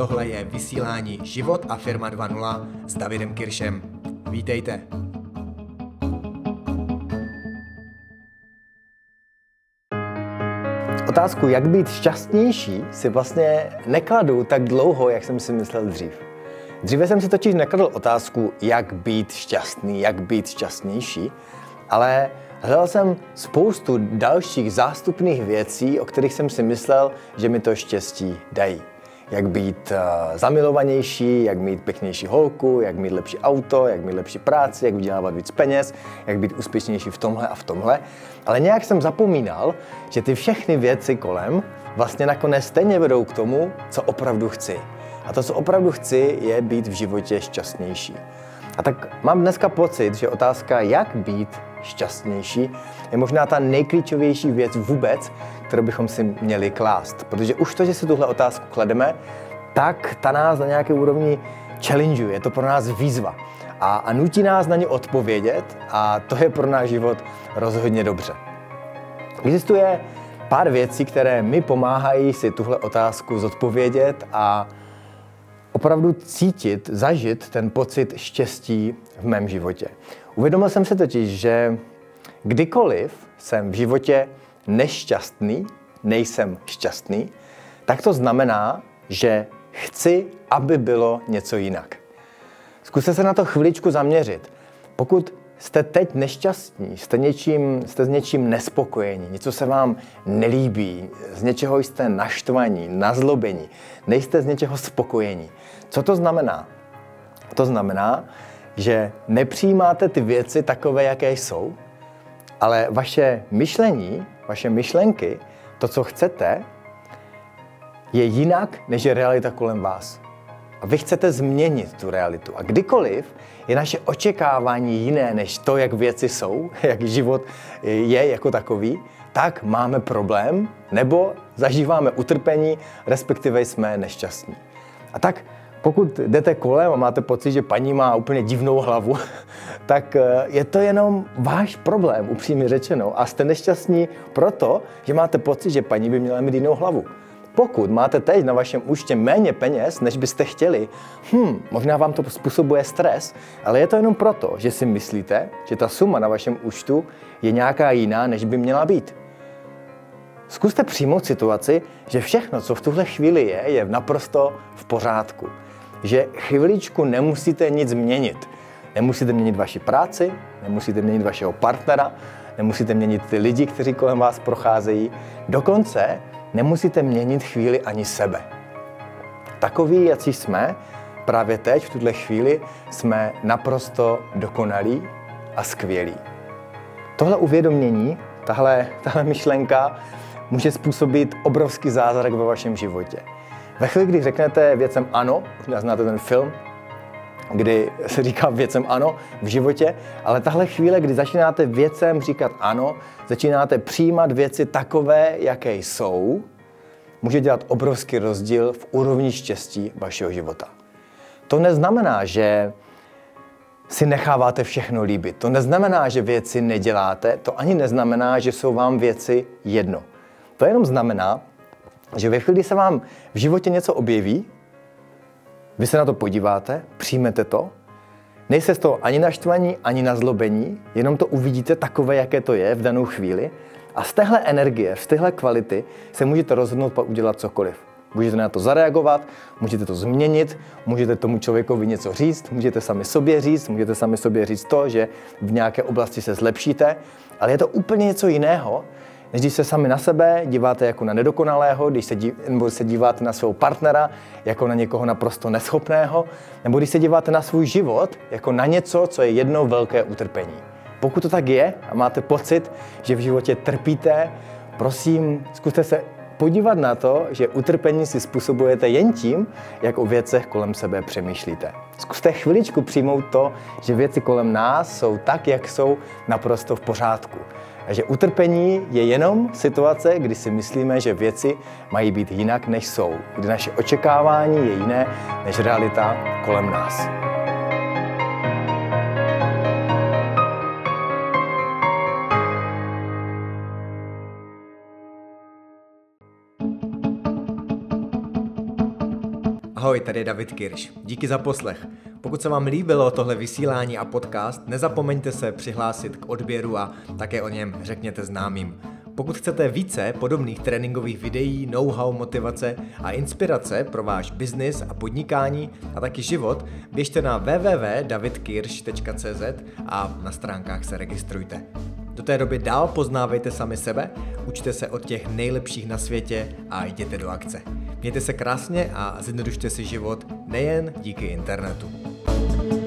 tohle je vysílání Život a firma 2.0 s Davidem Kiršem. Vítejte. Otázku, jak být šťastnější, si vlastně nekladu tak dlouho, jak jsem si myslel dřív. Dříve jsem si totiž nekladl otázku, jak být šťastný, jak být šťastnější, ale hledal jsem spoustu dalších zástupných věcí, o kterých jsem si myslel, že mi to štěstí dají. Jak být zamilovanější, jak mít pěknější holku, jak mít lepší auto, jak mít lepší práci, jak vydělávat víc peněz, jak být úspěšnější v tomhle a v tomhle. Ale nějak jsem zapomínal, že ty všechny věci kolem vlastně nakonec stejně vedou k tomu, co opravdu chci. A to, co opravdu chci, je být v životě šťastnější. A tak mám dneska pocit, že otázka, jak být šťastnější, je možná ta nejklíčovější věc vůbec, kterou bychom si měli klást. Protože už to, že si tuhle otázku klademe, tak ta nás na nějaké úrovni challengeuje, je to pro nás výzva. A nutí nás na ně odpovědět a to je pro náš život rozhodně dobře. Existuje pár věcí, které mi pomáhají si tuhle otázku zodpovědět a opravdu cítit, zažít ten pocit štěstí v mém životě. Uvědomil jsem se totiž, že kdykoliv jsem v životě nešťastný, nejsem šťastný, tak to znamená, že chci, aby bylo něco jinak. Zkuste se na to chviličku zaměřit. Pokud jste teď nešťastní, jste s něčím nespokojení, něco se vám nelíbí, z něčeho jste naštvaní, nazlobení, nejste z něčeho spokojení. Co to znamená? To znamená, že nepřijímáte ty věci takové, jaké jsou, ale vaše myšlení, vaše myšlenky, to, co chcete, je jinak, než je realita kolem vás. A vy chcete změnit tu realitu. A kdykoliv je naše očekávání jiné, než to, jak věci jsou, jak život je jako takový, tak máme problém, nebo zažíváme utrpení, respektive jsme nešťastní. A tak pokud jdete kolem a máte pocit, že paní má úplně divnou hlavu, tak je to jenom váš problém, upřímně řečeno. A jste nešťastní proto, že máte pocit, že paní by měla mít jinou hlavu. Pokud máte teď na vašem účtě méně peněz, než byste chtěli, možná vám to způsobuje stres, ale je to jenom proto, že si myslíte, že ta suma na vašem účtu je nějaká jiná, než by měla být. Zkuste přijmout situaci, že všechno, co v tuhle chvíli je naprosto v pořádku. Že chviličku nemusíte nic měnit. Nemusíte měnit vaši práci, nemusíte měnit vašeho partnera, nemusíte měnit ty lidi, kteří kolem vás procházejí. Dokonce nemusíte měnit chvíli ani sebe. Takoví, jací jsme, právě teď, v tuhle chvíli, jsme naprosto dokonalí a skvělí. Tohle uvědomění, tahle myšlenka může způsobit obrovský zázrak ve vašem životě. Ve chvíli, kdy řeknete věcem ano, možná znáte ten film, kdy se říká věcem ano v životě, ale tahle chvíle, kdy začínáte věcem říkat ano, začínáte přijímat věci takové, jaké jsou, může dělat obrovský rozdíl v úrovni štěstí vašeho života. To neznamená, že si necháváte všechno líbit. To neznamená, že věci neděláte. To ani neznamená, že jsou vám věci jedno. To jenom znamená, že ve chvíli, kdy se vám v životě něco objeví, vy se na to podíváte, přijmete to, nejste z toho ani naštvaní, ani nazlobení, jenom to uvidíte takové, jaké to je v danou chvíli a z téhle energie, z téhle kvality se můžete rozhodnout pak udělat cokoliv. Můžete na to zareagovat, můžete to změnit, můžete tomu člověkovi něco říct, můžete sami sobě říct to, že v nějaké oblasti se zlepšíte, ale je to úplně něco jiného, než když se sami na sebe díváte jako na nedokonalého, nebo se díváte na svého partnera jako na někoho naprosto neschopného, nebo když se díváte na svůj život jako na něco, co je jedno velké utrpení. Pokud to tak je a máte pocit, že v životě trpíte, prosím, zkuste se podívat na to, že utrpení si způsobujete jen tím, jak o věcech kolem sebe přemýšlíte. Zkuste chviličku přijmout to, že věci kolem nás jsou tak, jak jsou, naprosto v pořádku. A že utrpení je jenom situace, kdy si myslíme, že věci mají být jinak, než jsou. Kdy naše očekávání je jiné, než realita kolem nás. Ahoj, tady je David Kirš. Díky za poslech. Pokud se vám líbilo tohle vysílání a podcast, nezapomeňte se přihlásit k odběru a také o něm řekněte známým. Pokud chcete více podobných tréninkových videí, know-how, motivace a inspirace pro váš biznis a podnikání a taky život, běžte na www.davidkirš.cz a na stránkách se registrujte. Do té doby dál poznávejte sami sebe, učte se od těch nejlepších na světě a jděte do akce. Mějte se krásně a zjednodušte si život nejen díky internetu.